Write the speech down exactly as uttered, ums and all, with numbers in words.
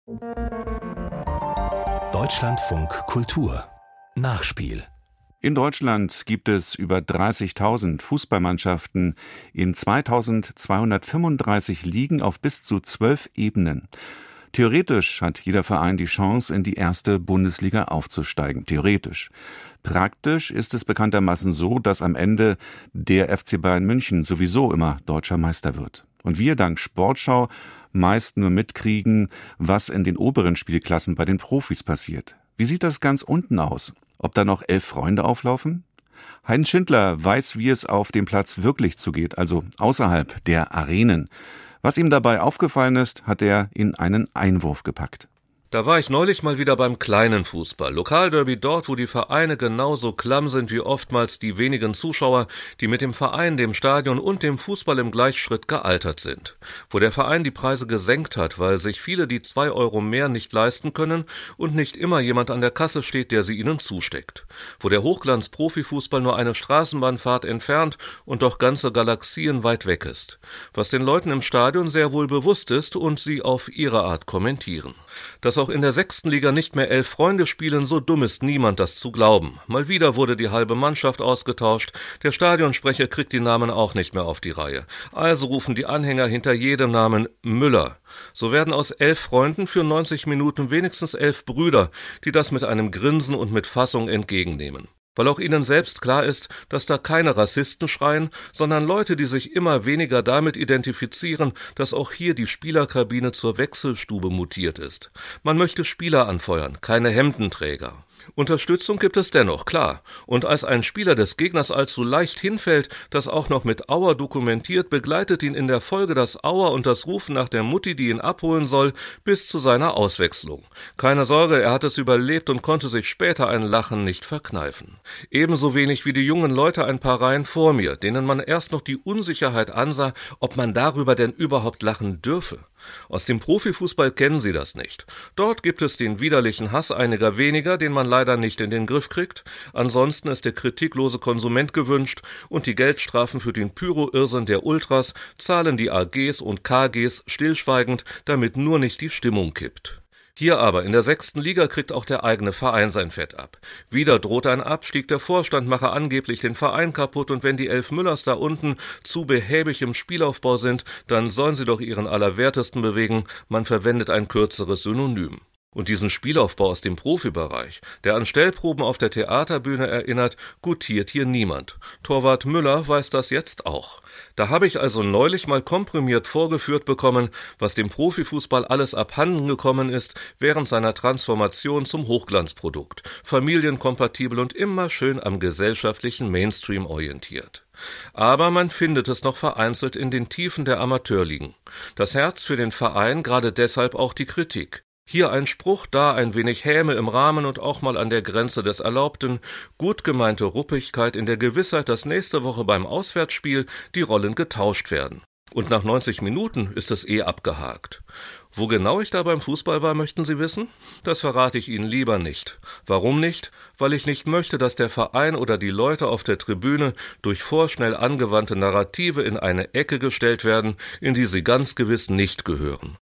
Deutschlandfunk Kultur Nachspiel. In Deutschland gibt es über dreißigtausend Fußballmannschaften in zweitausendzweihundertfünfunddreißig Ligen auf bis zu zwölf Ebenen. Theoretisch hat jeder Verein die Chance, in die erste Bundesliga aufzusteigen. Theoretisch. Praktisch ist es bekanntermaßen so, dass am Ende der F C Bayern München sowieso immer deutscher Meister wird. Und wir dank Sportschau meist nur mitkriegen, was in den oberen Spielklassen bei den Profis passiert. Wie sieht das ganz unten aus? Ob da noch elf Freunde auflaufen? Heinz Schindler weiß, wie es auf dem Platz wirklich zugeht, also außerhalb der Arenen. Was ihm dabei aufgefallen ist, hat er in einen Einwurf gepackt. Da war ich neulich mal wieder beim kleinen Fußball. Lokalderby dort, wo die Vereine genauso klamm sind wie oftmals die wenigen Zuschauer, die mit dem Verein, dem Stadion und dem Fußball im Gleichschritt gealtert sind. Wo der Verein die Preise gesenkt hat, weil sich viele die zwei Euro mehr nicht leisten können und nicht immer jemand an der Kasse steht, der sie ihnen zusteckt. Wo der Hochglanz-Profifußball nur eine Straßenbahnfahrt entfernt und doch ganze Galaxien weit weg ist. Was den Leuten im Stadion sehr wohl bewusst ist und sie auf ihre Art kommentieren. Dass auch in der sechsten Liga nicht mehr elf Freunde spielen, so dumm ist niemand, das zu glauben. Mal wieder wurde die halbe Mannschaft ausgetauscht, der Stadionsprecher kriegt die Namen auch nicht mehr auf die Reihe. Also rufen die Anhänger hinter jedem Namen Müller. So werden aus elf Freunden für neunzig Minuten wenigstens elf Brüder, die das mit einem Grinsen und mit Fassung entgegennehmen. Weil auch ihnen selbst klar ist, dass da keine Rassisten schreien, sondern Leute, die sich immer weniger damit identifizieren, dass auch hier die Spielerkabine zur Wechselstube mutiert ist. Man möchte Spieler anfeuern, keine Hemdenträger. Unterstützung gibt es dennoch, klar. Und als ein Spieler des Gegners allzu leicht hinfällt, das auch noch mit Aua dokumentiert, begleitet ihn in der Folge das Aua und das Rufen nach der Mutti, die ihn abholen soll, bis zu seiner Auswechslung. Keine Sorge, er hat es überlebt und konnte sich später ein Lachen nicht verkneifen. Ebenso wenig wie die jungen Leute ein paar Reihen vor mir, denen man erst noch die Unsicherheit ansah, ob man darüber denn überhaupt lachen dürfe. Aus dem Profifußball kennen sie das nicht. Dort gibt es den widerlichen Hass einiger weniger, den man leider nicht in den Griff kriegt. Ansonsten ist der kritiklose Konsument gewünscht und die Geldstrafen für den Pyro-Irrsinn der Ultras zahlen die A Gs und K Gs stillschweigend, damit nur nicht die Stimmung kippt. Hier aber, in der sechsten Liga, kriegt auch der eigene Verein sein Fett ab. Wieder droht ein Abstieg, der Vorstand mache angeblich den Verein kaputt und wenn die elf Müllers da unten zu behäbig im Spielaufbau sind, dann sollen sie doch ihren Allerwertesten bewegen, man verwendet ein kürzeres Synonym. Und diesen Spielaufbau aus dem Profibereich, der an Stellproben auf der Theaterbühne erinnert, gutiert hier niemand. Torwart Müller weiß das jetzt auch. Da habe ich also neulich mal komprimiert vorgeführt bekommen, was dem Profifußball alles abhanden gekommen ist während seiner Transformation zum Hochglanzprodukt, familienkompatibel und immer schön am gesellschaftlichen Mainstream orientiert. Aber man findet es noch vereinzelt in den Tiefen der Amateurligen. Das Herz für den Verein, gerade deshalb auch die Kritik. Hier ein Spruch, da ein wenig Häme im Rahmen und auch mal an der Grenze des Erlaubten, gut gemeinte Ruppigkeit in der Gewissheit, dass nächste Woche beim Auswärtsspiel die Rollen getauscht werden. Und nach neunzig Minuten ist es eh abgehakt. Wo genau ich da beim Fußball war, möchten Sie wissen? Das verrate ich Ihnen lieber nicht. Warum nicht? Weil ich nicht möchte, dass der Verein oder die Leute auf der Tribüne durch vorschnell angewandte Narrative in eine Ecke gestellt werden, in die sie ganz gewiss nicht gehören.